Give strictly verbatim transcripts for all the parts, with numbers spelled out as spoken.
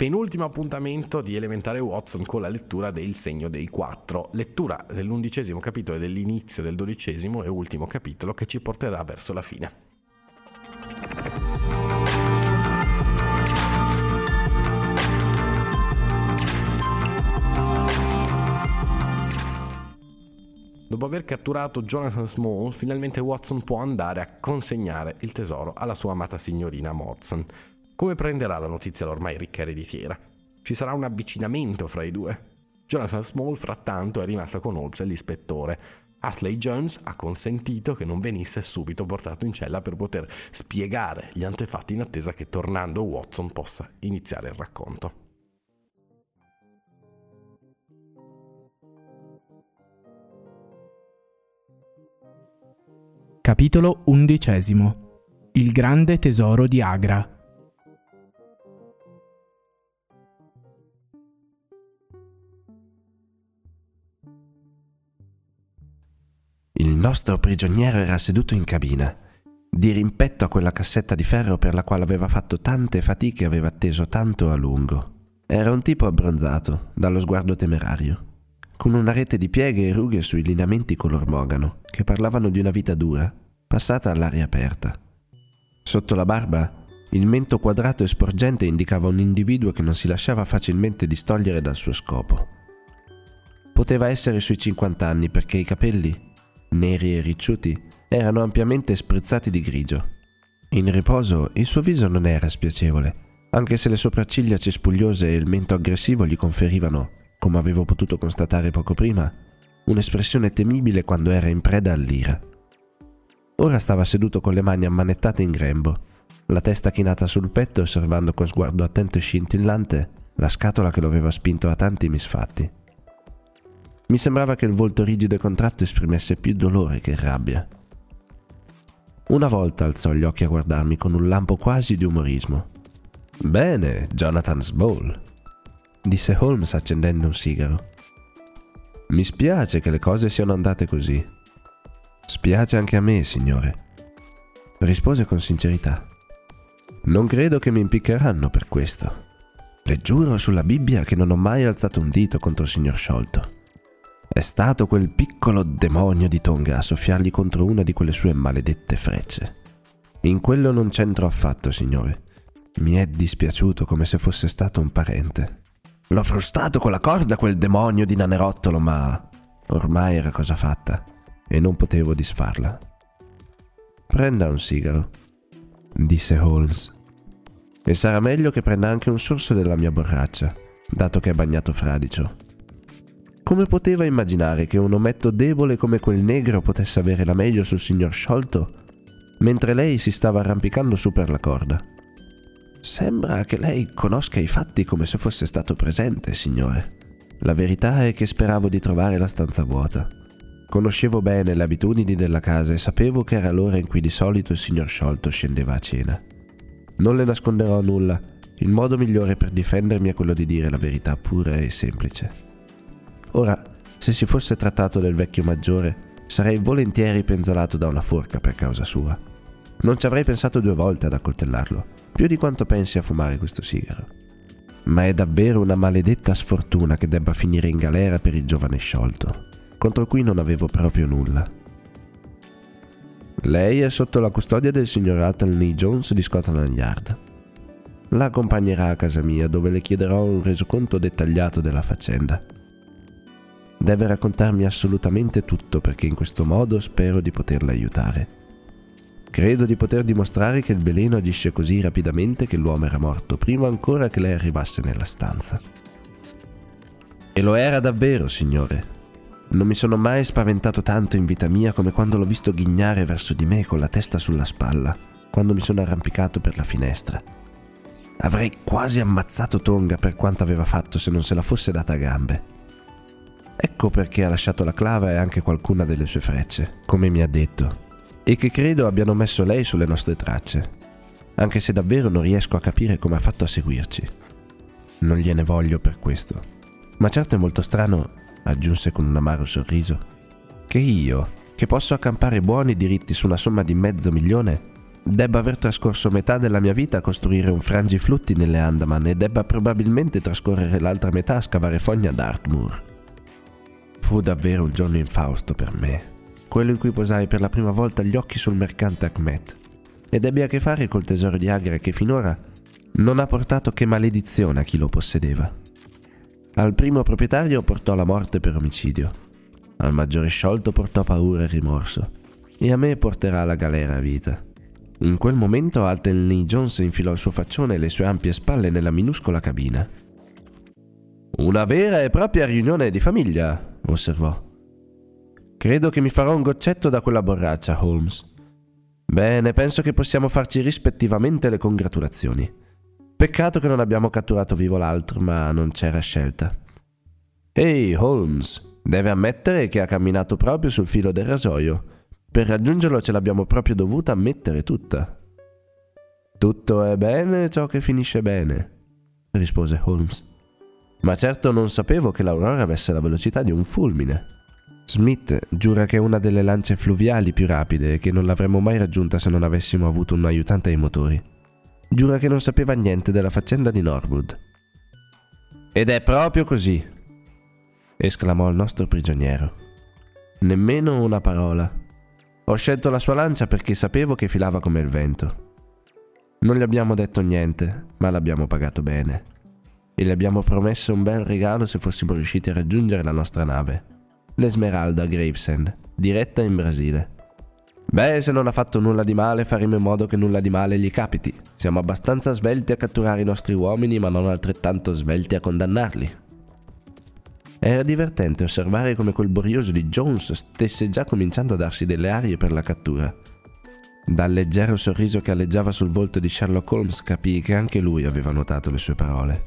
penultimo appuntamento di Elementare Watson con la lettura del Segno dei Quattro, lettura dell'undicesimo capitolo e dell'inizio del dodicesimo e ultimo capitolo che ci porterà verso la fine. Dopo aver catturato Jonathan Small, finalmente Watson può andare a consegnare il tesoro alla sua amata signorina Morrison. Come prenderà la notizia l'ormai ricca ereditiera? Ci sarà un avvicinamento fra i due. Jonathan Small, frattanto, è rimasto con Holmes e l'ispettore. Ashley Jones ha consentito che non venisse subito portato in cella per poter spiegare gli antefatti in attesa che, tornando, Watson possa iniziare il racconto. Capitolo undicesimo. Il grande tesoro di Agra. Il nostro prigioniero era seduto in cabina, di rimpetto a quella cassetta di ferro per la quale aveva fatto tante fatiche e aveva atteso tanto a lungo. Era un tipo abbronzato, dallo sguardo temerario, con una rete di pieghe e rughe sui lineamenti color mogano, che parlavano di una vita dura, passata all'aria aperta. Sotto la barba, il mento quadrato e sporgente indicava un individuo che non si lasciava facilmente distogliere dal suo scopo. Poteva essere sui cinquanta anni perché i capelli, neri e ricciuti, erano ampiamente spruzzati di grigio. In riposo il suo viso non era spiacevole, anche se le sopracciglia cespugliose e il mento aggressivo gli conferivano, come avevo potuto constatare poco prima, un'espressione temibile quando era in preda all'ira. Ora stava seduto con le mani ammanettate in grembo, la testa chinata sul petto, osservando con sguardo attento e scintillante la scatola che lo aveva spinto a tanti misfatti. Mi sembrava che il volto rigido e contratto esprimesse più dolore che rabbia. Una volta alzò gli occhi a guardarmi con un lampo quasi di umorismo. «Bene, Jonathan Small», disse Holmes accendendo un sigaro. «Mi spiace che le cose siano andate così». «Spiace anche a me, signore», rispose con sincerità. «Non credo che mi impiccheranno per questo. Le giuro sulla Bibbia che non ho mai alzato un dito contro il signor Sholto. È stato quel piccolo demonio di Tonga a soffiargli contro una di quelle sue maledette frecce. In quello non c'entro affatto, signore. Mi è dispiaciuto come se fosse stato un parente. L'ho frustato con la corda quel demonio di nanerottolo, ma ormai era cosa fatta e non potevo disfarla». «Prenda un sigaro», disse Holmes, «e sarà meglio che prenda anche un sorso della mia borraccia, dato che è bagnato fradicio. Come poteva immaginare che un ometto debole come quel negro potesse avere la meglio sul signor Sholto, mentre lei si stava arrampicando su per la corda? Sembra che lei conosca i fatti come se fosse stato presente, signore. La verità è che speravo di trovare la stanza vuota. Conoscevo bene le abitudini della casa e sapevo che era l'ora in cui di solito il signor Sholto scendeva a cena. Non le nasconderò nulla, il modo migliore per difendermi è quello di dire la verità pura e semplice. Ora, se si fosse trattato del vecchio maggiore, sarei volentieri penzolato da una forca per causa sua. Non ci avrei pensato due volte ad accoltellarlo, più di quanto pensi a fumare questo sigaro. Ma è davvero una maledetta sfortuna che debba finire in galera per il giovane Sholto, contro cui non avevo proprio nulla. Lei è sotto la custodia del signor Athelney Jones di Scotland Yard. La accompagnerà a casa mia, dove le chiederò un resoconto dettagliato della faccenda. Deve raccontarmi assolutamente tutto, perché in questo modo spero di poterla aiutare. Credo di poter dimostrare che il veleno agisce così rapidamente che l'uomo era morto prima ancora che lei arrivasse nella stanza. E lo era davvero, signore. Non mi sono mai spaventato tanto in vita mia come quando l'ho visto ghignare verso di me con la testa sulla spalla, quando mi sono arrampicato per la finestra. Avrei quasi ammazzato Tonga per quanto aveva fatto se non se la fosse data a gambe. Ecco perché ha lasciato la clava e anche qualcuna delle sue frecce, come mi ha detto, e che credo abbiano messo lei sulle nostre tracce, anche se davvero non riesco a capire come ha fatto a seguirci. Non gliene voglio per questo. Ma certo è molto strano, aggiunse con un amaro sorriso, che io, che posso accampare buoni diritti su una somma di mezzo milione, debba aver trascorso metà della mia vita a costruire un frangiflutti nelle Andaman e debba probabilmente trascorrere l'altra metà a scavare fogne ad Dartmoor. Fu davvero un giorno infausto per me, quello in cui posai per la prima volta gli occhi sul mercante Achmet, ed ebbi a che fare col tesoro di Agra che finora non ha portato che maledizione a chi lo possedeva. Al primo proprietario portò la morte per omicidio, al maggiore sciolto portò paura e rimorso, e a me porterà alla galera a vita. In quel momento Alton Lee Jones infilò il suo faccione e le sue ampie spalle nella minuscola cabina. «Una vera e propria riunione di famiglia», osservò. «Credo che mi farò un goccetto da quella borraccia, Holmes. Bene, penso che possiamo farci rispettivamente le congratulazioni. Peccato che non abbiamo catturato vivo l'altro, ma non c'era scelta. Ehi, Holmes, deve ammettere che ha camminato proprio sul filo del rasoio. Per raggiungerlo ce l'abbiamo proprio dovuta mettere tutta». «Tutto è bene ciò che finisce bene», rispose Holmes. «Ma certo non sapevo che l'Aurora avesse la velocità di un fulmine». Smith giura che è una delle lance fluviali più rapide e che non l'avremmo mai raggiunta se non avessimo avuto un aiutante ai motori. Giura che non sapeva niente della faccenda di Norwood. «Ed è proprio così», esclamò il nostro prigioniero. «Nemmeno una parola. Ho scelto la sua lancia perché sapevo che filava come il vento. Non gli abbiamo detto niente, ma l'abbiamo pagato bene. E gli abbiamo promesso un bel regalo se fossimo riusciti a raggiungere la nostra nave, l'Esmeralda Gravesend, diretta in Brasile. Beh, se non ha fatto nulla di male, faremo in modo che nulla di male gli capiti. Siamo abbastanza svelti a catturare i nostri uomini, ma non altrettanto svelti a condannarli». Era divertente osservare come quel borioso di Jones stesse già cominciando a darsi delle arie per la cattura. Dal leggero sorriso che alleggiava sul volto di Sherlock Holmes capii che anche lui aveva notato le sue parole.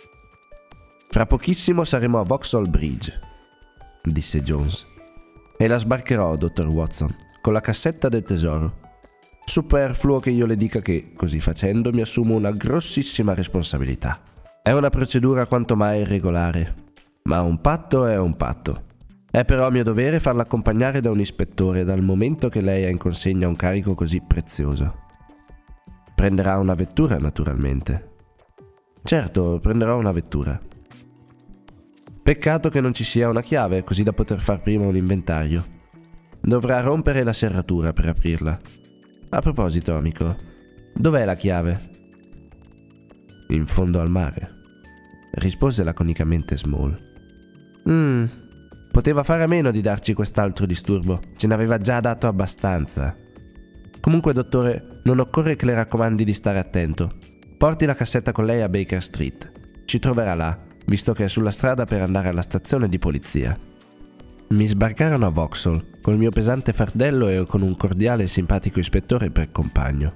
«Fra pochissimo saremo a Vauxhall Bridge», disse Jones, «e la sbarcherò, dottor Watson, con la cassetta del tesoro. Superfluo che io le dica che, così facendo, mi assumo una grossissima responsabilità. È una procedura quanto mai irregolare, ma un patto è un patto. È però mio dovere farla accompagnare da un ispettore dal momento che lei ha in consegna un carico così prezioso. Prenderà una vettura, naturalmente». «Certo, prenderò una vettura». «Peccato che non ci sia una chiave, così da poter far prima un inventario. Dovrà rompere la serratura per aprirla. A proposito, amico, dov'è la chiave?» «In fondo al mare», rispose laconicamente Small. «Mmm, poteva fare a meno di darci quest'altro disturbo, ce n'aveva già dato abbastanza. Comunque, dottore, non occorre che le raccomandi di stare attento. Porti la cassetta con lei a Baker Street. Ci troverà là, visto che è sulla strada per andare alla stazione di polizia». Mi sbarcarono a Vauxhall, col mio pesante fardello e con un cordiale e simpatico ispettore per compagno.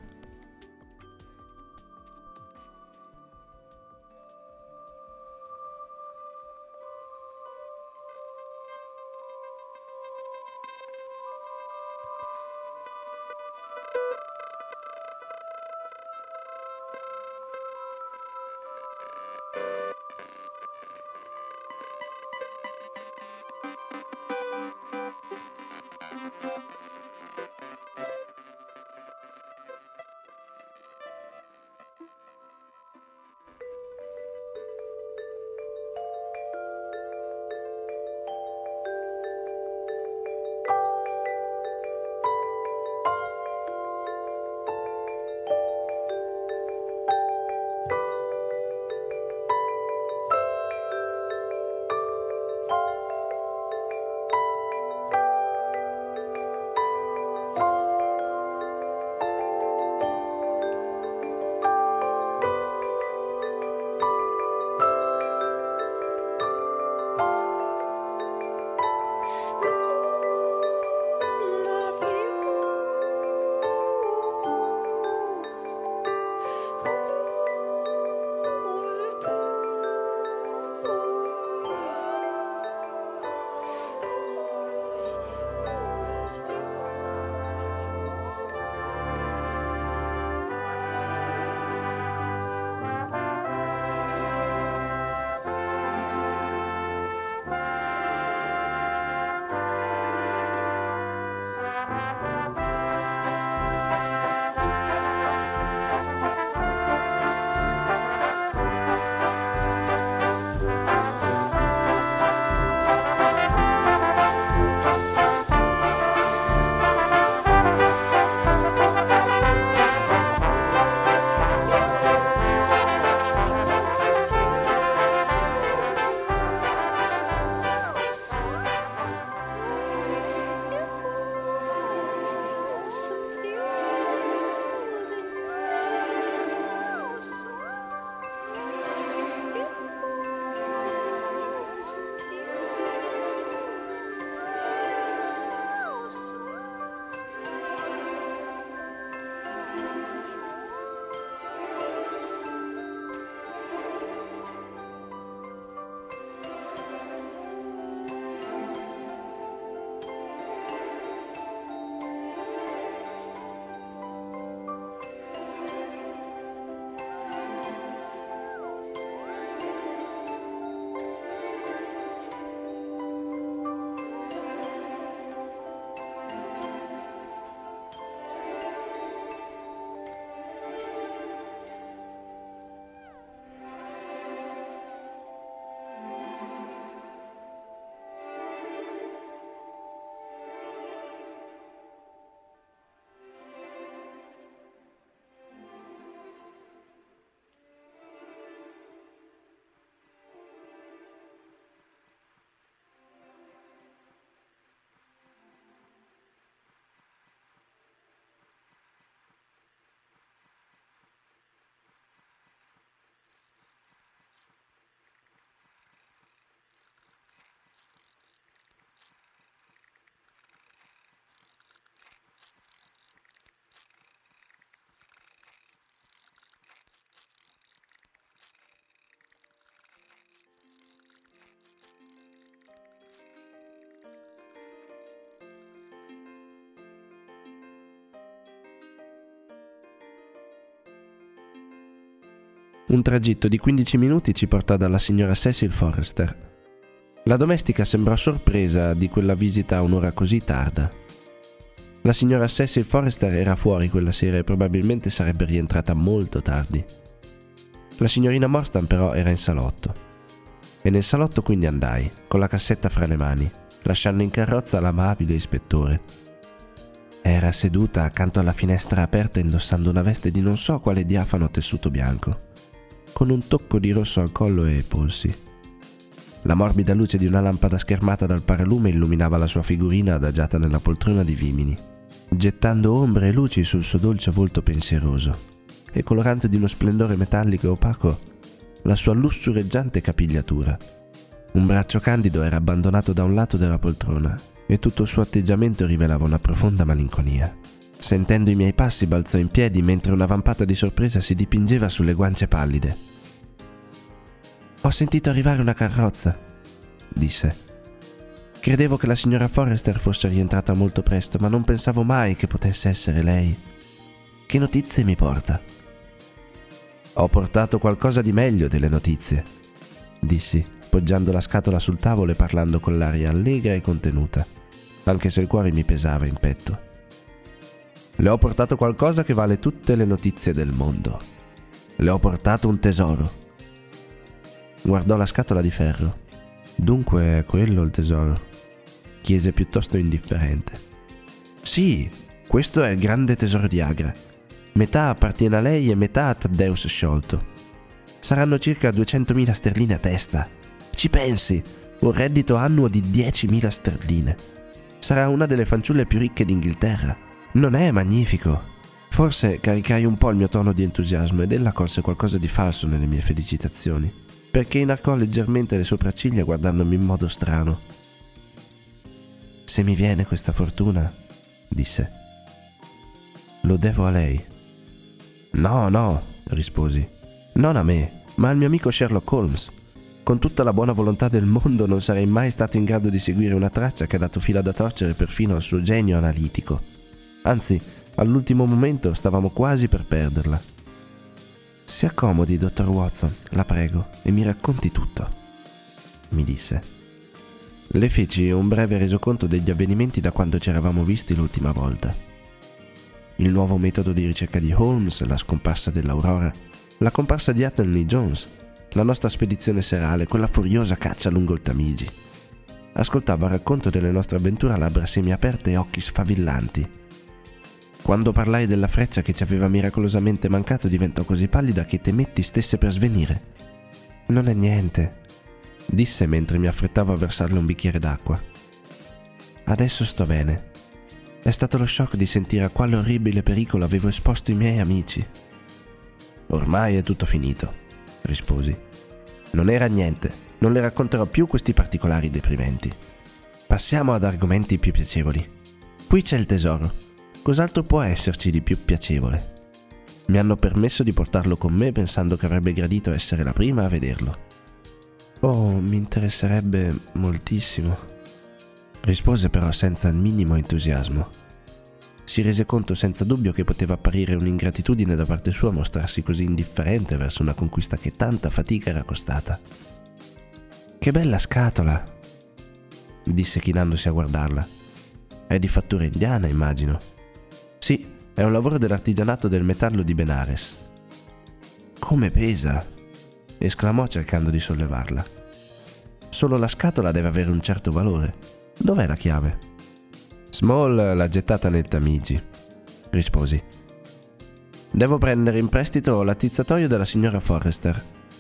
Un tragitto di quindici minuti ci portò dalla signora Cecil Forrester. La domestica sembrò sorpresa di quella visita a un'ora così tarda. La signora Cecil Forrester era fuori quella sera e probabilmente sarebbe rientrata molto tardi. La signorina Morstan però era in salotto. E nel salotto quindi andai, con la cassetta fra le mani, lasciando in carrozza l'amabile ispettore. Era seduta accanto alla finestra aperta indossando una veste di non so quale diafano tessuto bianco, con un tocco di rosso al collo e ai polsi. La morbida luce di una lampada schermata dal paralume illuminava la sua figurina adagiata nella poltrona di vimini, gettando ombre e luci sul suo dolce volto pensieroso, e colorando di uno splendore metallico e opaco la sua lussureggiante capigliatura. Un braccio candido era abbandonato da un lato della poltrona e tutto il suo atteggiamento rivelava una profonda malinconia. Sentendo i miei passi balzò in piedi mentre una vampata di sorpresa si dipingeva sulle guance pallide. «Ho sentito arrivare una carrozza», disse. «Credevo che la signora Forrester fosse rientrata molto presto, ma non pensavo mai che potesse essere lei. Che notizie mi porta?» «Ho portato qualcosa di meglio delle notizie», dissi, poggiando la scatola sul tavolo e parlando con l'aria allegra e contenuta, anche se il cuore mi pesava in petto. «Le ho portato qualcosa che vale tutte le notizie del mondo. Le ho portato un tesoro». Guardò la scatola di ferro. «Dunque è quello il tesoro?» chiese piuttosto indifferente. «Sì, questo è il grande tesoro di Agra. Metà appartiene a lei e metà a Thaddeus sciolto. Saranno circa duecentomila sterline a testa. Ci pensi, un reddito annuo di diecimila sterline. Sarà una delle fanciulle più ricche d'Inghilterra. Non è magnifico?» Forse caricai un po' il mio tono di entusiasmo ed ella colse qualcosa di falso nelle mie felicitazioni, perché inarcò leggermente le sopracciglia guardandomi in modo strano. «Se mi viene questa fortuna», disse, «lo devo a lei». «No, no», risposi, «non a me, ma al mio amico Sherlock Holmes. Con tutta la buona volontà del mondo non sarei mai stato in grado di seguire una traccia che ha dato fila da torcere perfino al suo genio analitico. Anzi, all'ultimo momento stavamo quasi per perderla. Si accomodi, dottor Watson, la prego, e mi racconti tutto», mi disse. Le feci un breve resoconto degli avvenimenti da quando ci eravamo visti l'ultima volta. Il nuovo metodo di ricerca di Holmes, la scomparsa dell'Aurora, la comparsa di Athelney Jones, la nostra spedizione serale, quella furiosa caccia lungo il Tamigi. Ascoltavo il racconto delle nostre avventure a labbra semiaperte e occhi sfavillanti. Quando parlai della freccia che ci aveva miracolosamente mancato diventò così pallida che temetti stesse per svenire. «Non è niente», disse mentre mi affrettavo a versarle un bicchiere d'acqua. «Adesso sto bene. È stato lo shock di sentire a quale orribile pericolo avevo esposto i miei amici». «Ormai è tutto finito», risposi. «Non era niente, non le racconterò più questi particolari deprimenti. Passiamo ad argomenti più piacevoli. Qui c'è il tesoro. Cos'altro può esserci di più piacevole? Mi hanno permesso di portarlo con me pensando che avrebbe gradito essere la prima a vederlo». «Oh, mi interesserebbe moltissimo», rispose però senza il minimo entusiasmo. Si rese conto senza dubbio che poteva apparire un'ingratitudine da parte sua mostrarsi così indifferente verso una conquista che tanta fatica era costata. «Che bella scatola», disse chinandosi a guardarla. «È di fattura indiana, immagino». «Sì, è un lavoro dell'artigianato del metallo di Benares». «Come pesa!» esclamò cercando di sollevarla. «Solo la scatola deve avere un certo valore. Dov'è la chiave?» «Small l'ha gettata nel Tamigi», risposi. «Devo prendere in prestito l'attizzatoio della signora Forrester».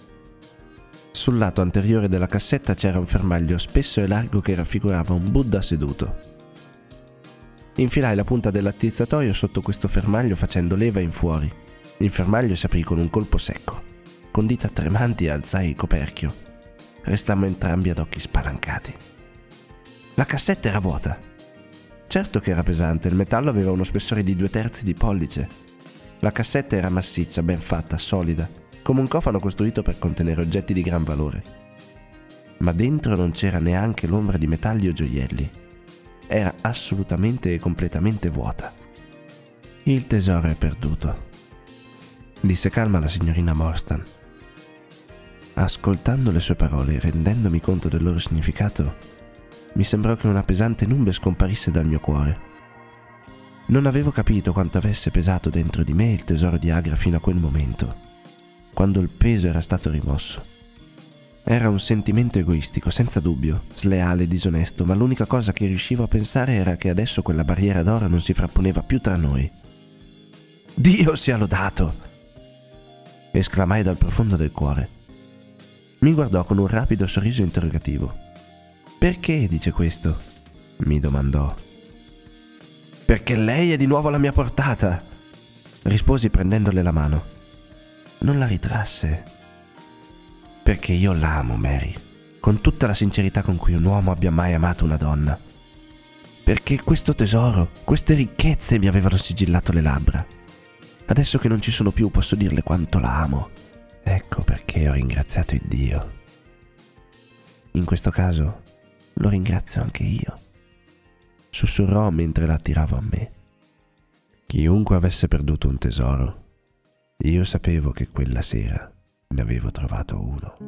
Sul lato anteriore della cassetta c'era un fermaglio spesso e largo che raffigurava un Buddha seduto. Infilai la punta dell'attizzatoio sotto questo fermaglio facendo leva in fuori. Il fermaglio si aprì con un colpo secco. Con dita tremanti alzai il coperchio. Restammo entrambi ad occhi spalancati. La cassetta era vuota. Certo che era pesante, il metallo aveva uno spessore di due terzi di pollice. La cassetta era massiccia, ben fatta, solida, come un cofano costruito per contenere oggetti di gran valore. Ma dentro non c'era neanche l'ombra di metalli o gioielli. Era assolutamente e completamente vuota. «Il tesoro è perduto», disse calma la signorina Morstan. Ascoltando le sue parole e rendendomi conto del loro significato, mi sembrò che una pesante nube scomparisse dal mio cuore. Non avevo capito quanto avesse pesato dentro di me il tesoro di Agra fino a quel momento, quando il peso era stato rimosso. Era un sentimento egoistico, senza dubbio, sleale e disonesto, ma l'unica cosa che riuscivo a pensare era che adesso quella barriera d'oro non si frapponeva più tra noi. Dio sia lodato! Esclamai dal profondo del cuore. Mi guardò con un rapido sorriso interrogativo. Perché dice questo? Mi domandò. Perché lei è di nuovo alla mia portata, risposi prendendole la mano. Non la ritrasse. Perché io l'amo, Mary, con tutta la sincerità con cui un uomo abbia mai amato una donna. Perché questo tesoro, queste ricchezze mi avevano sigillato le labbra. Adesso che non ci sono più posso dirle quanto la amo. Ecco perché ho ringraziato il Dio. In questo caso lo ringrazio anche io, sussurrò mentre la attiravo a me. Chiunque avesse perduto un tesoro, io sapevo che quella sera ne avevo trovato uno.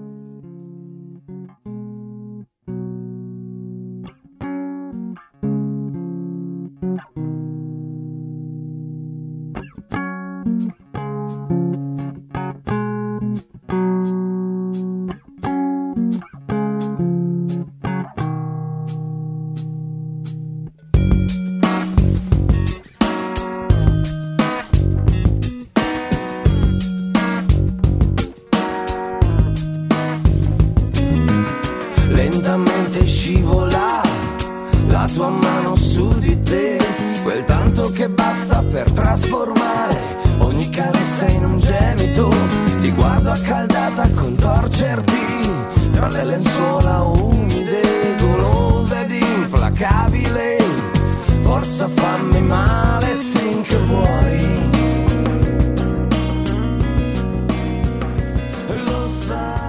Lentamente scivola la tua mano su di te, quel tanto che basta per trasformare ogni carezza in un gemito. Ti guardo accaldata contorcerti tra le lenzuola umide, golosa ed implacabile. Forza fammi male finché vuoi. Lo sai.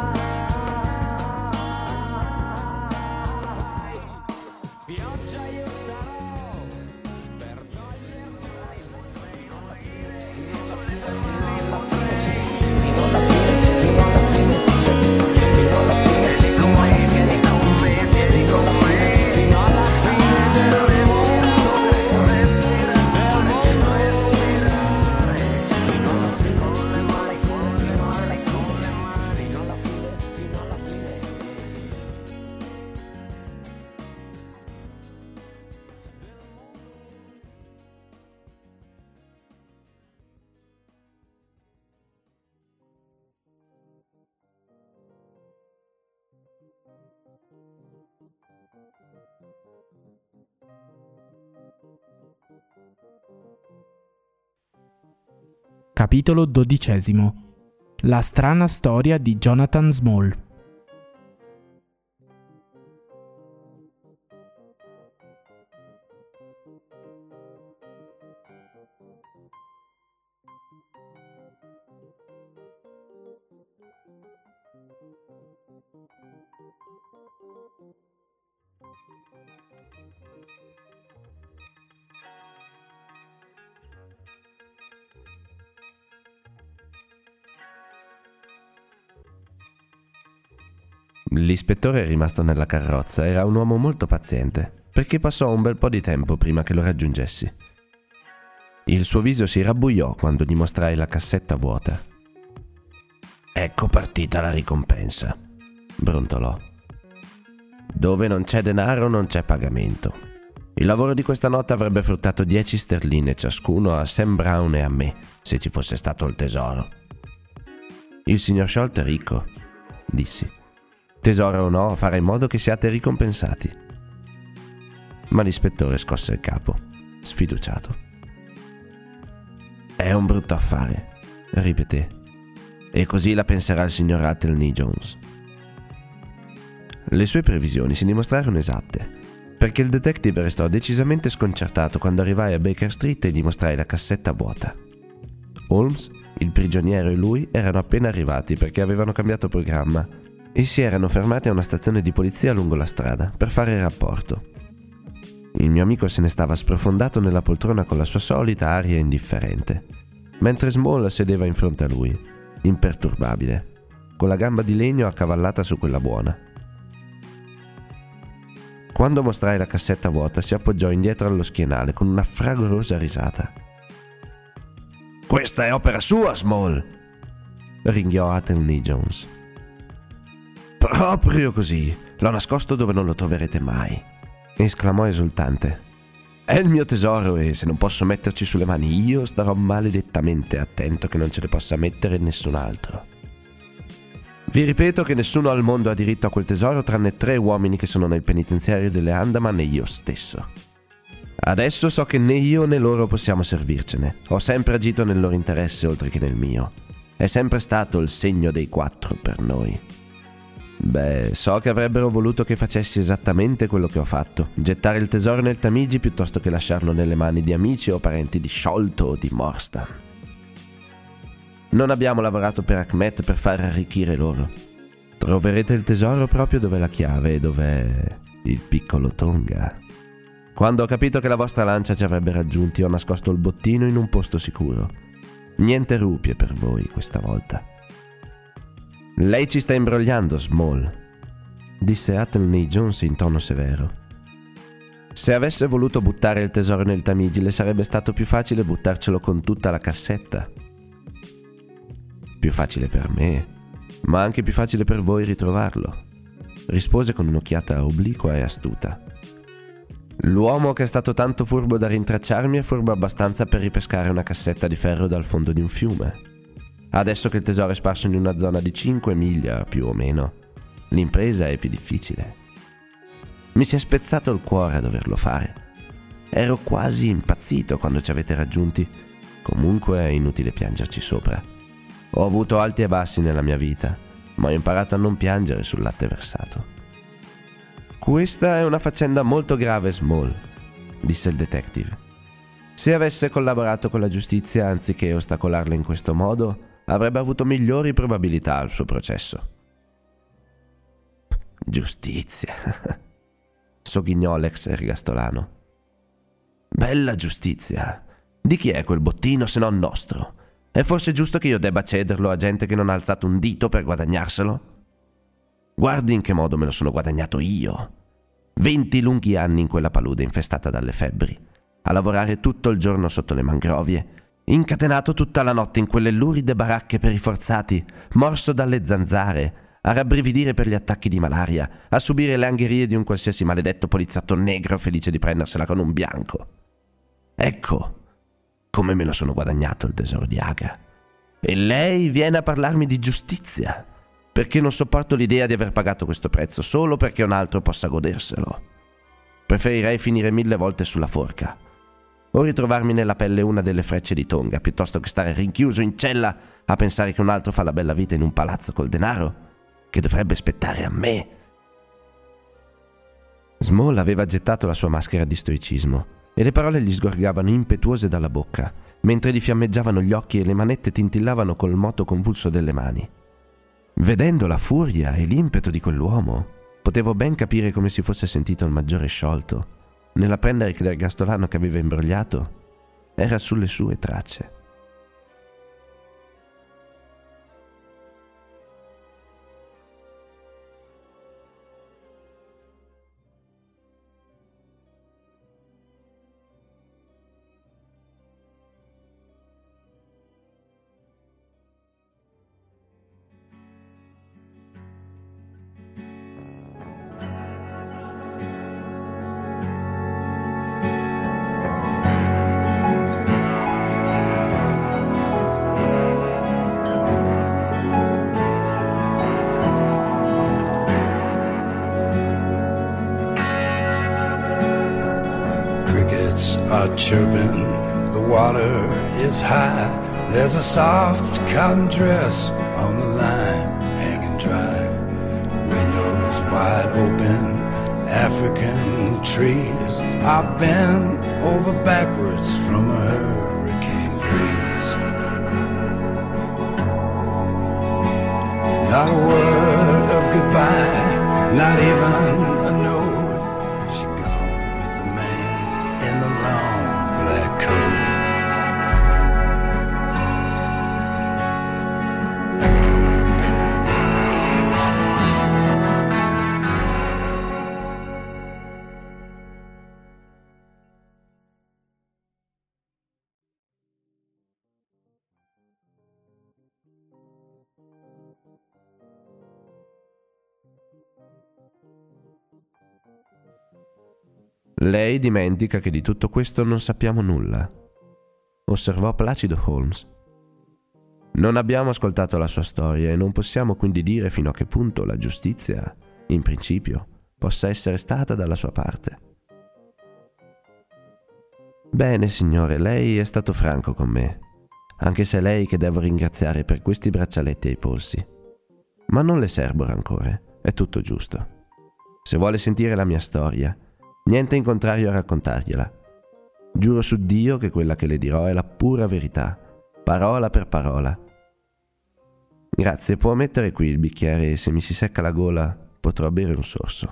Pioggia io sarò per toglierti fino alla fine, fino alla fine, fino alla fine, fino alla fine, fino alla fine, fino alla fine, fino alla fine, fino alla fine, fino alla fine del mondo, del mondo, fino alla fine, fino alla fine, fino alla fine, fino alla fine, fino alla fine. Capitolo dodicesimo. La strana storia di Jonathan Small. L'ispettore rimasto nella carrozza era un uomo molto paziente, perché passò un bel po' di tempo prima che lo raggiungessi. Il suo viso si rabbuiò quando gli mostrai la cassetta vuota. «Ecco partita la ricompensa», brontolò. «Dove non c'è denaro non c'è pagamento. Il lavoro di questa notte avrebbe fruttato dieci sterline ciascuno a Sam Brown e a me, se ci fosse stato il tesoro». «Il signor Sholto è ricco», dissi. «Tesoro o no, farà in modo che siate ricompensati». Ma l'ispettore scosse il capo, sfiduciato. «È un brutto affare», ripeté. «E così la penserà il signor Athelney Jones». Le sue previsioni si dimostrarono esatte, perché il detective restò decisamente sconcertato quando arrivai a Baker Street e gli mostrai la cassetta vuota. Holmes, il prigioniero e lui erano appena arrivati perché avevano cambiato programma e si erano fermati a una stazione di polizia lungo la strada per fare rapporto. Il mio amico se ne stava sprofondato nella poltrona con la sua solita aria indifferente, mentre Small sedeva in fronte a lui, imperturbabile. con la gamba di legno accavallata su quella buona. Quando mostrai la cassetta vuota, si appoggiò indietro allo schienale con una fragorosa risata. «Questa è opera sua, Small!» ringhiò Athelney Jones. «Proprio così! L'ho nascosto dove non lo troverete mai!» esclamò esultante. «È il mio tesoro e se non posso metterci sulle mani io, starò maledettamente attento che non ce ne possa mettere nessun altro. Vi ripeto che nessuno al mondo ha diritto a quel tesoro tranne tre uomini che sono nel penitenziario delle Andaman e io stesso. Adesso so che né io né loro possiamo servircene. Ho sempre agito nel loro interesse oltre che nel mio. È sempre stato il segno dei quattro per noi. Beh, so che avrebbero voluto che facessi esattamente quello che ho fatto, gettare il tesoro nel Tamigi piuttosto che lasciarlo nelle mani di amici o parenti di Sholto o di Morstan. Non abbiamo lavorato per Akhmet per far arricchire loro. Troverete il tesoro proprio dove è la chiave e dov'è il piccolo Tonga. Quando ho capito che la vostra lancia ci avrebbe raggiunti, ho nascosto il bottino in un posto sicuro. Niente rupie per voi questa volta. Lei ci sta imbrogliando, Small, disse Athelney Jones in tono severo. Se avesse voluto buttare il tesoro nel Tamigi, le sarebbe stato più facile buttarcelo con tutta la cassetta. Più facile per me, ma anche più facile per voi ritrovarlo, rispose con un'occhiata obliqua e astuta. L'uomo che è stato tanto furbo da rintracciarmi è furbo abbastanza per ripescare una cassetta di ferro dal fondo di un fiume. Adesso che il tesoro è sparso in una zona di cinque miglia, più o meno, l'impresa è più difficile. Mi si è spezzato il cuore a doverlo fare. Ero quasi impazzito quando ci avete raggiunti. Comunque è inutile piangerci sopra. Ho avuto alti e bassi nella mia vita, ma ho imparato a non piangere sul latte versato. Questa è una faccenda molto grave, Small, disse il detective. Se avesse collaborato con la giustizia anziché ostacolarla in questo modo, avrebbe avuto migliori probabilità al suo processo. Giustizia, sogghignò l'ex ergastolano. Bella giustizia. Di chi è quel bottino se non nostro? È forse giusto che io debba cederlo a gente che non ha alzato un dito per guadagnarselo? Guardi in che modo me lo sono guadagnato io. Venti lunghi anni in quella palude infestata dalle febbri, a lavorare tutto il giorno sotto le mangrovie, incatenato tutta la notte in quelle luride baracche per i forzati, morso dalle zanzare, a rabbrividire per gli attacchi di malaria, a subire le angherie di un qualsiasi maledetto poliziotto negro felice di prendersela con un bianco. Ecco come me lo sono guadagnato il tesoro di Agra. E lei viene a parlarmi di giustizia, perché non sopporto l'idea di aver pagato questo prezzo solo perché un altro possa goderselo. Preferirei finire mille volte sulla forca, o ritrovarmi nella pelle una delle frecce di Tonga, piuttosto che stare rinchiuso in cella a pensare che un altro fa la bella vita in un palazzo col denaro che dovrebbe spettare a me. Small aveva gettato la sua maschera di stoicismo e le parole gli sgorgavano impetuose dalla bocca, mentre gli fiammeggiavano gli occhi e le manette tintillavano col moto convulso delle mani. Vedendo la furia e l'impeto di quell'uomo, potevo ben capire come si fosse sentito il maggiore Sholto nell'apprendere che l'ergastolano che aveva imbrogliato era sulle sue tracce. Are chirping, the water is high. There's a soft cotton dress on the line, hanging dry. Windows wide open, African trees are bent over backwards from a hurricane breeze. Not a word of goodbye, not even a note. Lei dimentica che di tutto questo non sappiamo nulla, osservò placido Holmes. Non abbiamo ascoltato la sua storia e non possiamo quindi dire fino a che punto la giustizia, in principio, possa essere stata dalla sua parte. Bene, signore, lei è stato franco con me, anche se è lei che devo ringraziare per questi braccialetti ai polsi. Ma non le serbo rancore, è tutto giusto. Se vuole sentire la mia storia, niente in contrario a raccontargliela. Giuro su Dio che quella che le dirò è la pura verità, parola per parola. Grazie, può mettere qui il bicchiere e se mi si secca la gola potrò bere un sorso.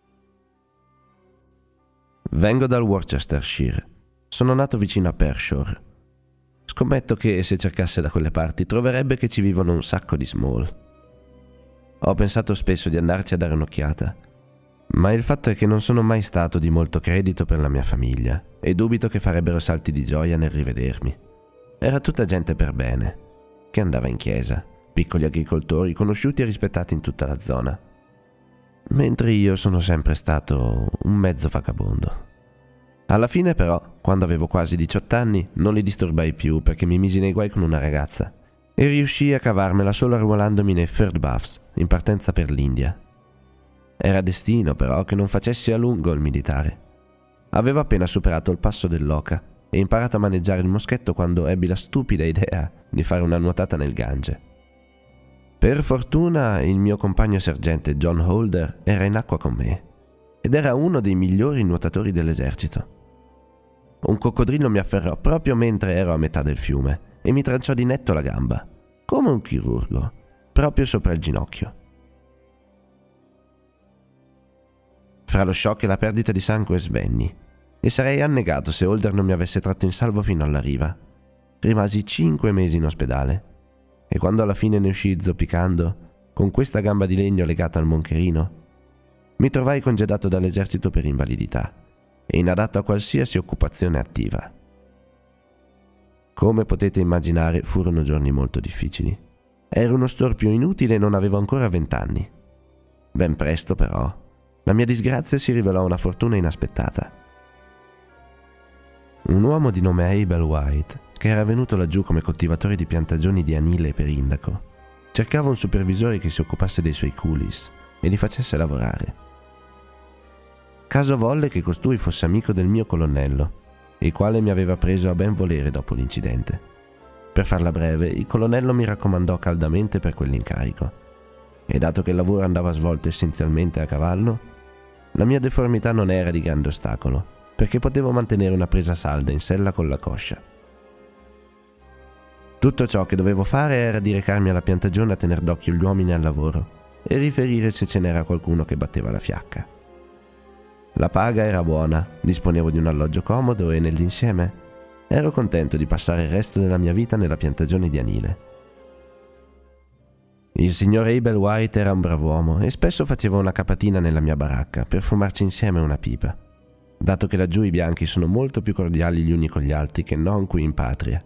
Vengo dal Worcestershire. Sono nato vicino a Pershore. Scommetto che se cercasse da quelle parti troverebbe che ci vivono un sacco di Small. Ho pensato spesso di andarci a dare un'occhiata, ma il fatto è che non sono mai stato di molto credito per la mia famiglia e dubito che farebbero salti di gioia nel rivedermi. Era tutta gente per bene, che andava in chiesa, piccoli agricoltori conosciuti e rispettati in tutta la zona, mentre io sono sempre stato un mezzo vagabondo. Alla fine però, quando avevo quasi diciotto anni, non li disturbai più perché mi misi nei guai con una ragazza e riuscii a cavarmela solo arruolandomi nei Third Buffs in partenza per l'India. Era destino però che non facessi a lungo il militare. Avevo appena superato il passo dell'Oka e imparato a maneggiare il moschetto quando ebbi la stupida idea di fare una nuotata nel Gange. Per fortuna il mio compagno sergente John Holder era in acqua con me ed era uno dei migliori nuotatori dell'esercito. Un coccodrillo mi afferrò proprio mentre ero a metà del fiume e mi tranciò di netto la gamba, come un chirurgo, proprio sopra il ginocchio. Fra lo shock e la perdita di sangue svenni e sarei annegato se Holder non mi avesse tratto in salvo fino alla riva. Rimasi cinque mesi in ospedale e quando alla fine ne uscii zoppicando, con questa gamba di legno legata al moncherino, mi trovai congedato dall'esercito per invalidità e inadatto a qualsiasi occupazione attiva. Come potete immaginare, furono giorni molto difficili. Ero uno storpio inutile e non avevo ancora vent'anni. Ben presto, però, la mia disgrazia si rivelò una fortuna inaspettata. Un uomo di nome Abel White, che era venuto laggiù come coltivatore di piantagioni di anile per indaco, cercava un supervisore che si occupasse dei suoi coolies e li facesse lavorare. Caso volle che costui fosse amico del mio colonnello, il quale mi aveva preso a ben volere dopo l'incidente. Per farla breve, il colonnello mi raccomandò caldamente per quell'incarico, e dato che il lavoro andava svolto essenzialmente a cavallo, la mia deformità non era di grande ostacolo, perché potevo mantenere una presa salda in sella con la coscia. Tutto ciò che dovevo fare era di recarmi alla piantagione a tener d'occhio gli uomini al lavoro e riferire se ce n'era qualcuno che batteva la fiacca. La paga era buona, disponevo di un alloggio comodo e nell'insieme ero contento di passare il resto della mia vita nella piantagione di anile. Il signor Abel White era un brav'uomo e spesso faceva una capatina nella mia baracca per fumarci insieme una pipa, dato che laggiù i bianchi sono molto più cordiali gli uni con gli altri che non qui in patria.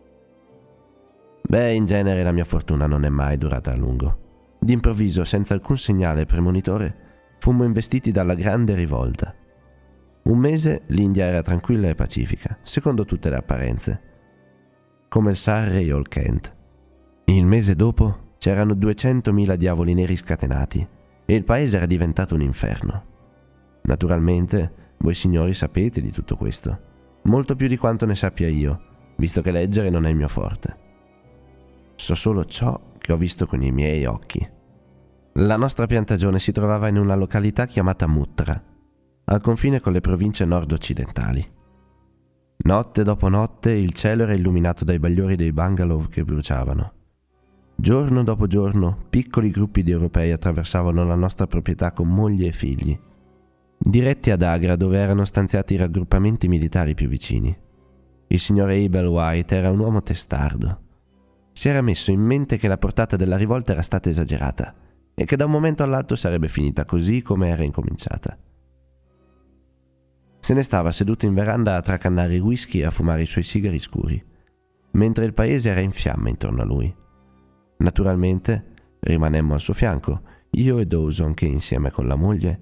Beh, in genere la mia fortuna non è mai durata a lungo. D'improvviso, senza alcun segnale premonitore, fummo investiti dalla grande rivolta. Un mese l'India era tranquilla e pacifica, secondo tutte le apparenze, come il Surrey o il Kent. Il mese dopo c'erano duecentomila diavoli neri scatenati e il paese era diventato un inferno. Naturalmente, voi signori sapete di tutto questo, molto più di quanto ne sappia io, visto che leggere non è il mio forte. So solo ciò che ho visto con i miei occhi. La nostra piantagione si trovava in una località chiamata Muttra, al confine con le province nord-occidentali. Notte dopo notte il cielo era illuminato dai bagliori dei bungalow che bruciavano. Giorno dopo giorno piccoli gruppi di europei attraversavano la nostra proprietà con mogli e figli, diretti ad Agra dove erano stanziati i raggruppamenti militari più vicini. Il signor Abel White era un uomo testardo. Si era messo in mente che la portata della rivolta era stata esagerata e che da un momento all'altro sarebbe finita così come era incominciata. Se ne stava seduto in veranda a tracannare il whisky e a fumare i suoi sigari scuri, mentre il paese era in fiamme intorno a lui. Naturalmente rimanemmo al suo fianco, io e Dawson che insieme con la moglie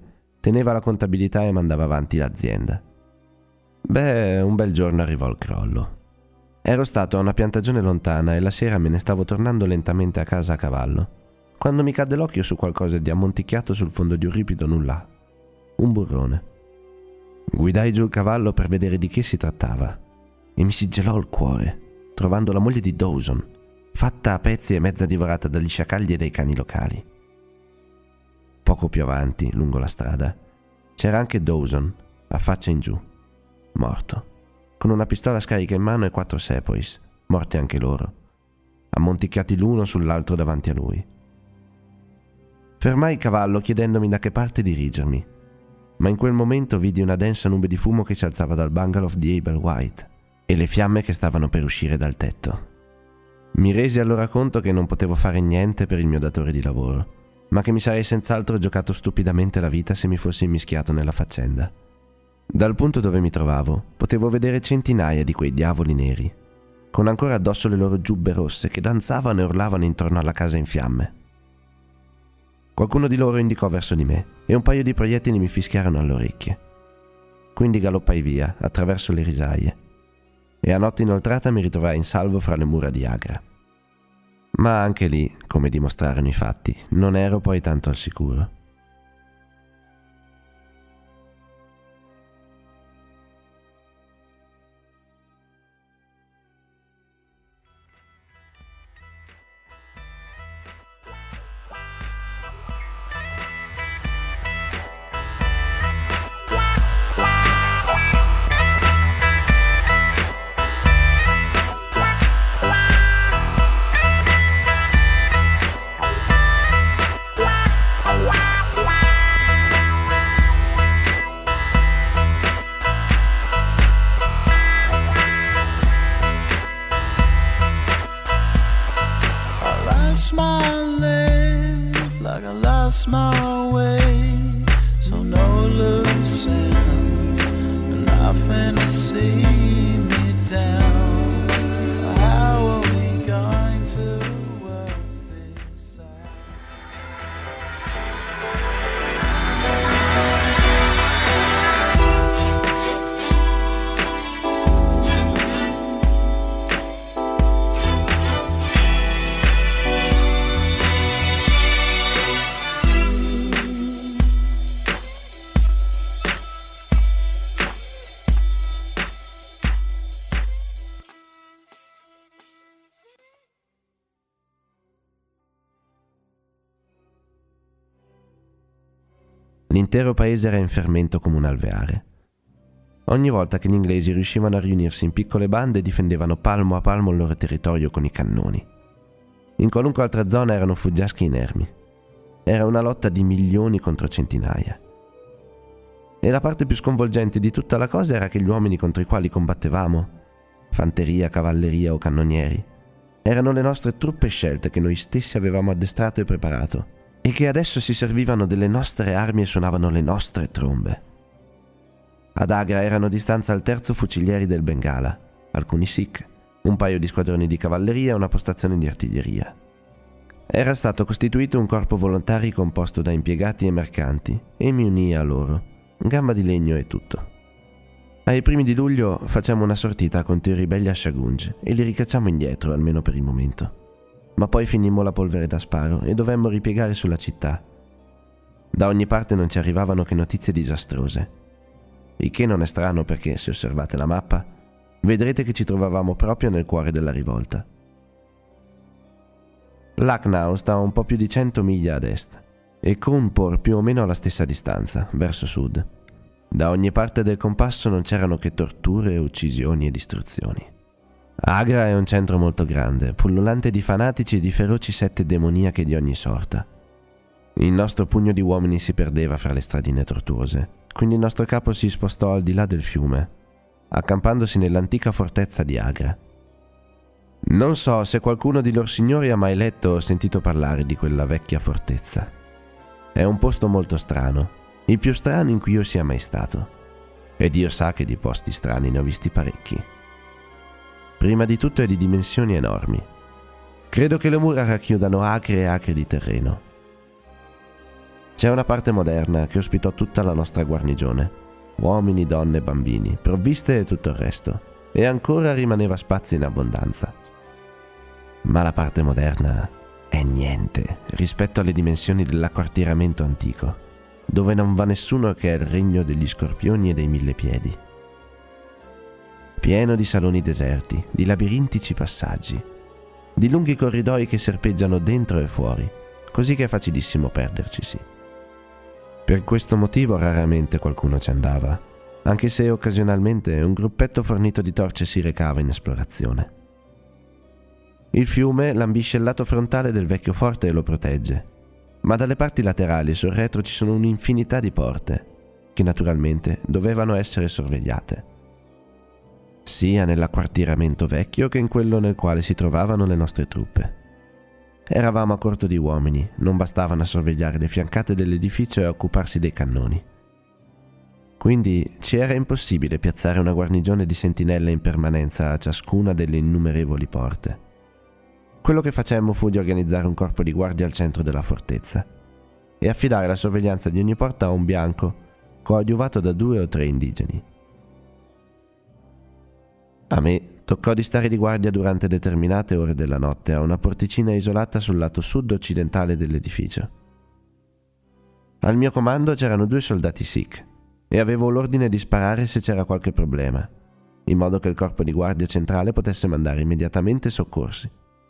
teneva la contabilità e mandava avanti l'azienda. Beh, un bel giorno arrivò il crollo. Ero stato a una piantagione lontana e la sera me ne stavo tornando lentamente a casa a cavallo, quando mi cadde l'occhio su qualcosa di ammonticchiato sul fondo di un ripido nulla. Un burrone. Guidai giù il cavallo per vedere di che si trattava e mi si gelò il cuore, trovando la moglie di Dawson, fatta a pezzi e mezza divorata dagli sciacalli e dai cani locali. Poco più avanti, lungo la strada, c'era anche Dawson, a faccia in giù, morto, con una pistola scarica in mano e quattro sepoys, morti anche loro, ammonticchiati l'uno sull'altro davanti a lui. Fermai il cavallo chiedendomi da che parte dirigermi, ma in quel momento vidi una densa nube di fumo che si alzava dal bungalow di Abel White e le fiamme che stavano per uscire dal tetto. Mi resi allora conto che non potevo fare niente per il mio datore di lavoro, ma che mi sarei senz'altro giocato stupidamente la vita se mi fossi immischiato nella faccenda. Dal punto dove mi trovavo, potevo vedere centinaia di quei diavoli neri, con ancora addosso le loro giubbe rosse che danzavano e urlavano intorno alla casa in fiamme. Qualcuno di loro indicò verso di me e un paio di proiettili mi fischiarono alle orecchie. Quindi galoppai via, attraverso le risaie, e a notte inoltrata mi ritrovai in salvo fra le mura di Agra. Ma anche lì, come dimostrarono i fatti, non ero poi tanto al sicuro. lost my way, so no loose ends, nothing to see me down. How are we going to work this out? L'intero paese era in fermento come un alveare. Ogni volta che gli inglesi riuscivano a riunirsi in piccole bande difendevano palmo a palmo il loro territorio con i cannoni. In qualunque altra zona erano fuggiaschi inermi. Era una lotta di milioni contro centinaia. E la parte più sconvolgente di tutta la cosa era che gli uomini contro i quali combattevamo, fanteria, cavalleria o cannonieri, erano le nostre truppe scelte che noi stessi avevamo addestrato e preparato, e che adesso si servivano delle nostre armi e suonavano le nostre trombe. Ad Agra erano di stanza al terzo fucilieri del Bengala, alcuni Sikh, un paio di squadroni di cavalleria e una postazione di artiglieria. Era stato costituito un corpo volontari composto da impiegati e mercanti e mi unii a loro, gamba di legno e tutto. Ai primi di luglio facciamo una sortita contro i ribelli a Shagunj e li ricacciamo indietro, almeno per il momento. Ma poi finimmo la polvere da sparo e dovemmo ripiegare sulla città. Da ogni parte non ci arrivavano che notizie disastrose. Il che non è strano perché, se osservate la mappa, vedrete che ci trovavamo proprio nel cuore della rivolta. Lucknow sta a un po' più di cento miglia ad est e Kanpur più o meno alla stessa distanza, verso sud. Da ogni parte del compasso non c'erano che torture, uccisioni e distruzioni. Agra è un centro molto grande, pullulante di fanatici e di feroci sette demoniache di ogni sorta. Il nostro pugno di uomini si perdeva fra le stradine tortuose, quindi il nostro capo si spostò al di là del fiume, accampandosi nell'antica fortezza di Agra. Non so se qualcuno di lor signori ha mai letto o sentito parlare di quella vecchia fortezza. È un posto molto strano, il più strano in cui io sia mai stato. E Dio sa che di posti strani ne ho visti parecchi. Prima di tutto è di dimensioni enormi. Credo che le mura racchiudano acre e acre di terreno. C'è una parte moderna che ospitò tutta la nostra guarnigione, uomini, donne, bambini, provviste e tutto il resto, e ancora rimaneva spazio in abbondanza. Ma la parte moderna è niente rispetto alle dimensioni dell'acquartieramento antico, dove non va nessuno che è il regno degli scorpioni e dei mille piedi. Pieno di saloni deserti, di labirintici passaggi, di lunghi corridoi che serpeggiano dentro e fuori, così che è facilissimo perdercisi. Per questo motivo raramente qualcuno ci andava, anche se occasionalmente un gruppetto fornito di torce si recava in esplorazione. Il fiume lambisce il lato frontale del vecchio forte e lo protegge, ma dalle parti laterali e sul retro ci sono un'infinità di porte, che naturalmente dovevano essere sorvegliate, sia nell'acquartieramento vecchio che in quello nel quale si trovavano le nostre truppe. Eravamo a corto di uomini, non bastavano a sorvegliare le fiancate dell'edificio e a occuparsi dei cannoni. Quindi ci era impossibile piazzare una guarnigione di sentinelle in permanenza a ciascuna delle innumerevoli porte. Quello che facemmo fu di organizzare un corpo di guardia al centro della fortezza e affidare la sorveglianza di ogni porta a un bianco coadiuvato da due o tre indigeni. A me toccò di stare di guardia durante determinate ore della notte a una porticina isolata sul lato sud-occidentale dell'edificio. Al mio comando c'erano due soldati Sikh e avevo l'ordine di sparare se c'era qualche problema, in modo che il corpo di guardia centrale potesse mandare immediatamente soccorsi.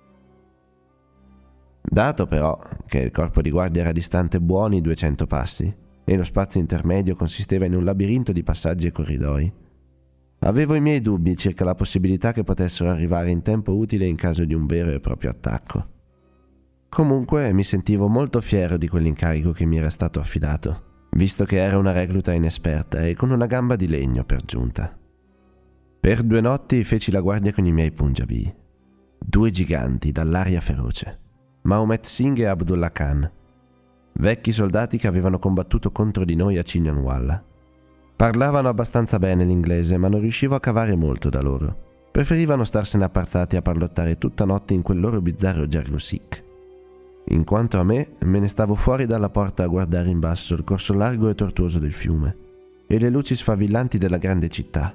Dato però che il corpo di guardia era distante buoni duecento passi e lo spazio intermedio consisteva in un labirinto di passaggi e corridoi, avevo i miei dubbi circa la possibilità che potessero arrivare in tempo utile in caso di un vero e proprio attacco. Comunque mi sentivo molto fiero di quell'incarico che mi era stato affidato, visto che era una recluta inesperta e con una gamba di legno per giunta. Per due notti feci la guardia con i miei Punjabi, due giganti dall'aria feroce, Mahomet Singh e Abdullah Khan, vecchi soldati che avevano combattuto contro di noi a Chinianwala. Parlavano abbastanza bene l'inglese, ma non riuscivo a cavare molto da loro. Preferivano starsene appartati a parlottare tutta notte in quel loro bizzarro gergo sikh. In quanto a me, me ne stavo fuori dalla porta a guardare in basso il corso largo e tortuoso del fiume e le luci sfavillanti della grande città.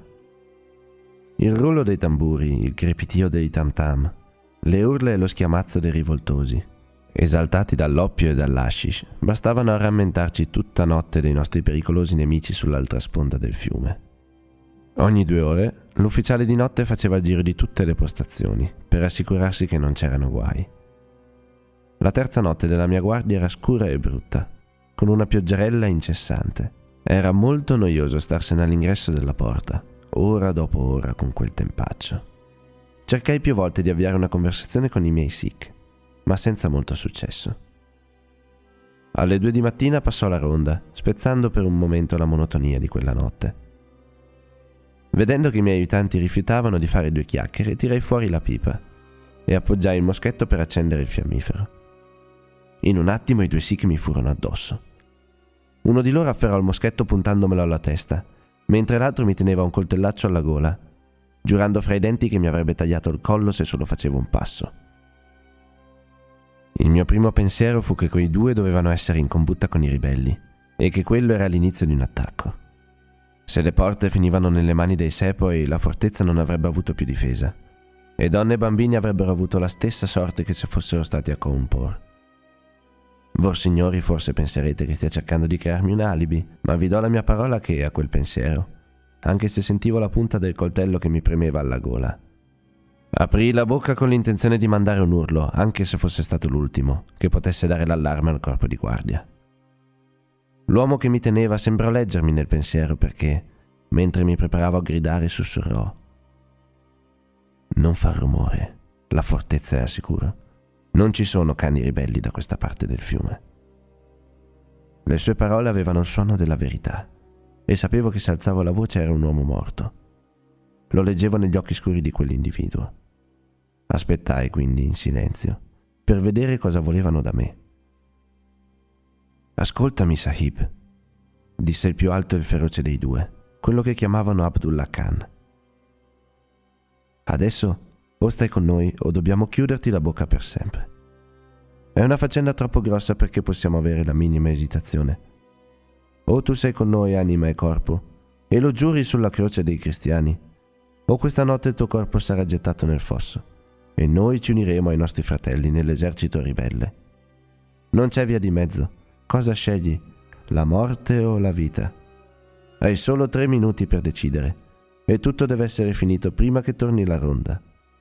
Il rullo dei tamburi, il crepitio dei tam-tam, le urla e lo schiamazzo dei rivoltosi, esaltati dall'oppio e dall'hashish, bastavano a rammentarci tutta notte dei nostri pericolosi nemici sull'altra sponda del fiume. Ogni due ore l'ufficiale di notte faceva il giro di tutte le postazioni per assicurarsi che non c'erano guai. La terza notte della mia guardia era scura e brutta, con una pioggerella incessante. Era molto noioso starsene all'ingresso della porta, ora dopo ora con quel tempaccio. Cercai più volte di avviare una conversazione con i miei Sikh, ma senza molto successo. Alle due di mattina passò la ronda, spezzando per un momento la monotonia di quella notte. Vedendo che i miei aiutanti rifiutavano di fare due chiacchiere, tirai fuori la pipa e appoggiai il moschetto per accendere il fiammifero. In un attimo i due Sikh mi furono addosso. Uno di loro afferrò il moschetto puntandomelo alla testa, mentre l'altro mi teneva un coltellaccio alla gola, giurando fra i denti che mi avrebbe tagliato il collo se solo facevo un passo. Il mio primo pensiero fu che quei due dovevano essere in combutta con i ribelli e che quello era l'inizio di un attacco. Se le porte finivano nelle mani dei Sepoy, la fortezza non avrebbe avuto più difesa e donne e bambini avrebbero avuto la stessa sorte che se fossero stati a Cawnpore. Voi signori forse penserete che stia cercando di crearmi un alibi, ma vi do la mia parola che a quel pensiero, anche se sentivo la punta del coltello che mi premeva alla gola, aprii la bocca con l'intenzione di mandare un urlo, anche se fosse stato l'ultimo, che potesse dare l'allarme al corpo di guardia. L'uomo che mi teneva sembrò leggermi nel pensiero perché, mentre mi preparavo a gridare, sussurrò: «Non far rumore, la fortezza è al sicuro. Non ci sono cani ribelli da questa parte del fiume». Le sue parole avevano il suono della verità e sapevo che se alzavo la voce era un uomo morto. Lo leggevo negli occhi scuri di quell'individuo. Aspettai quindi in silenzio per vedere cosa volevano da me. «Ascoltami, Sahib», disse il più alto e il feroce dei due, quello che chiamavano Abdullah Khan. «Adesso o stai con noi o dobbiamo chiuderti la bocca per sempre. È una faccenda troppo grossa perché possiamo avere la minima esitazione. O tu sei con noi anima e corpo, e lo giuri sulla croce dei cristiani, o questa notte il tuo corpo sarà gettato nel fosso, e noi ci uniremo ai nostri fratelli nell'esercito ribelle. Non c'è via di mezzo. Cosa scegli? La morte o la vita? Hai solo tre minuti per decidere, e tutto deve essere finito prima che torni la ronda.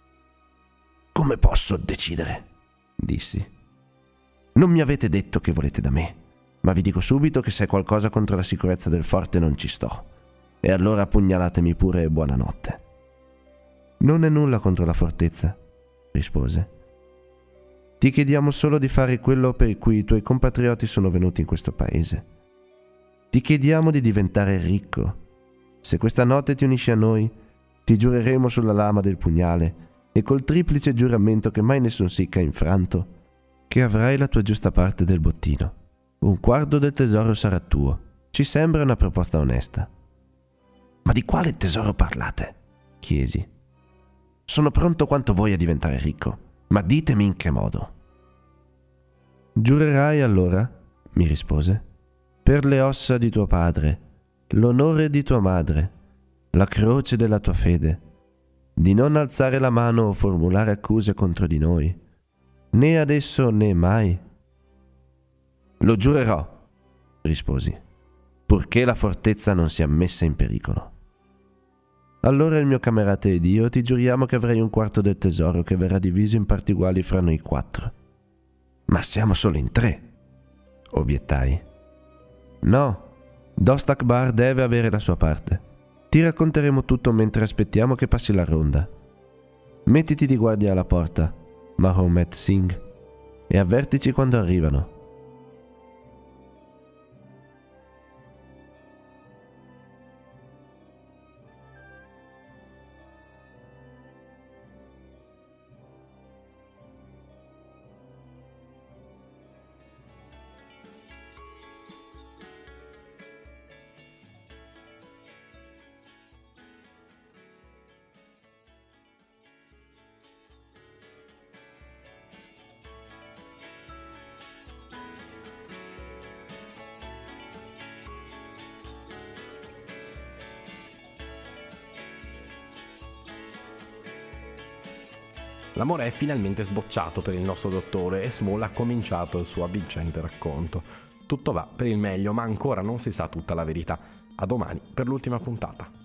Come posso decidere? Dissi. Non mi avete detto che volete da me, ma vi dico subito che se è qualcosa contro la sicurezza del forte non ci sto. E allora pugnalatemi pure e buonanotte. Non è nulla contro la fortezza, rispose. Ti chiediamo solo di fare quello per cui i tuoi compatrioti sono venuti in questo paese. Ti chiediamo di diventare ricco. Se questa notte ti unisci a noi, ti giureremo sulla lama del pugnale e col triplice giuramento che mai nessun Sikh ha infranto, che avrai la tua giusta parte del bottino. Un quarto del tesoro sarà tuo. Ci sembra una proposta onesta. Ma di quale tesoro parlate? Chiesi. Sono pronto quanto voi a diventare ricco, ma ditemi in che modo. Giurerai allora, mi rispose, per le ossa di tuo padre, l'onore di tua madre, la croce della tua fede, di non alzare la mano o formulare accuse contro di noi, né adesso né mai. Lo giurerò, risposi, purché la fortezza non sia messa in pericolo. Allora il mio camerate ed io ti giuriamo che avrai un quarto del tesoro che verrà diviso in parti uguali fra noi quattro. Ma siamo solo in tre, obiettai. No, Dost Akbar deve avere la sua parte. Ti racconteremo tutto mentre aspettiamo che passi la ronda. Mettiti di guardia alla porta, Mahomet Singh, e avvertici quando arrivano. L'amore è finalmente sbocciato per il nostro dottore e Small ha cominciato il suo avvincente racconto. Tutto va per il meglio, ma ancora non si sa tutta la verità. A domani per l'ultima puntata.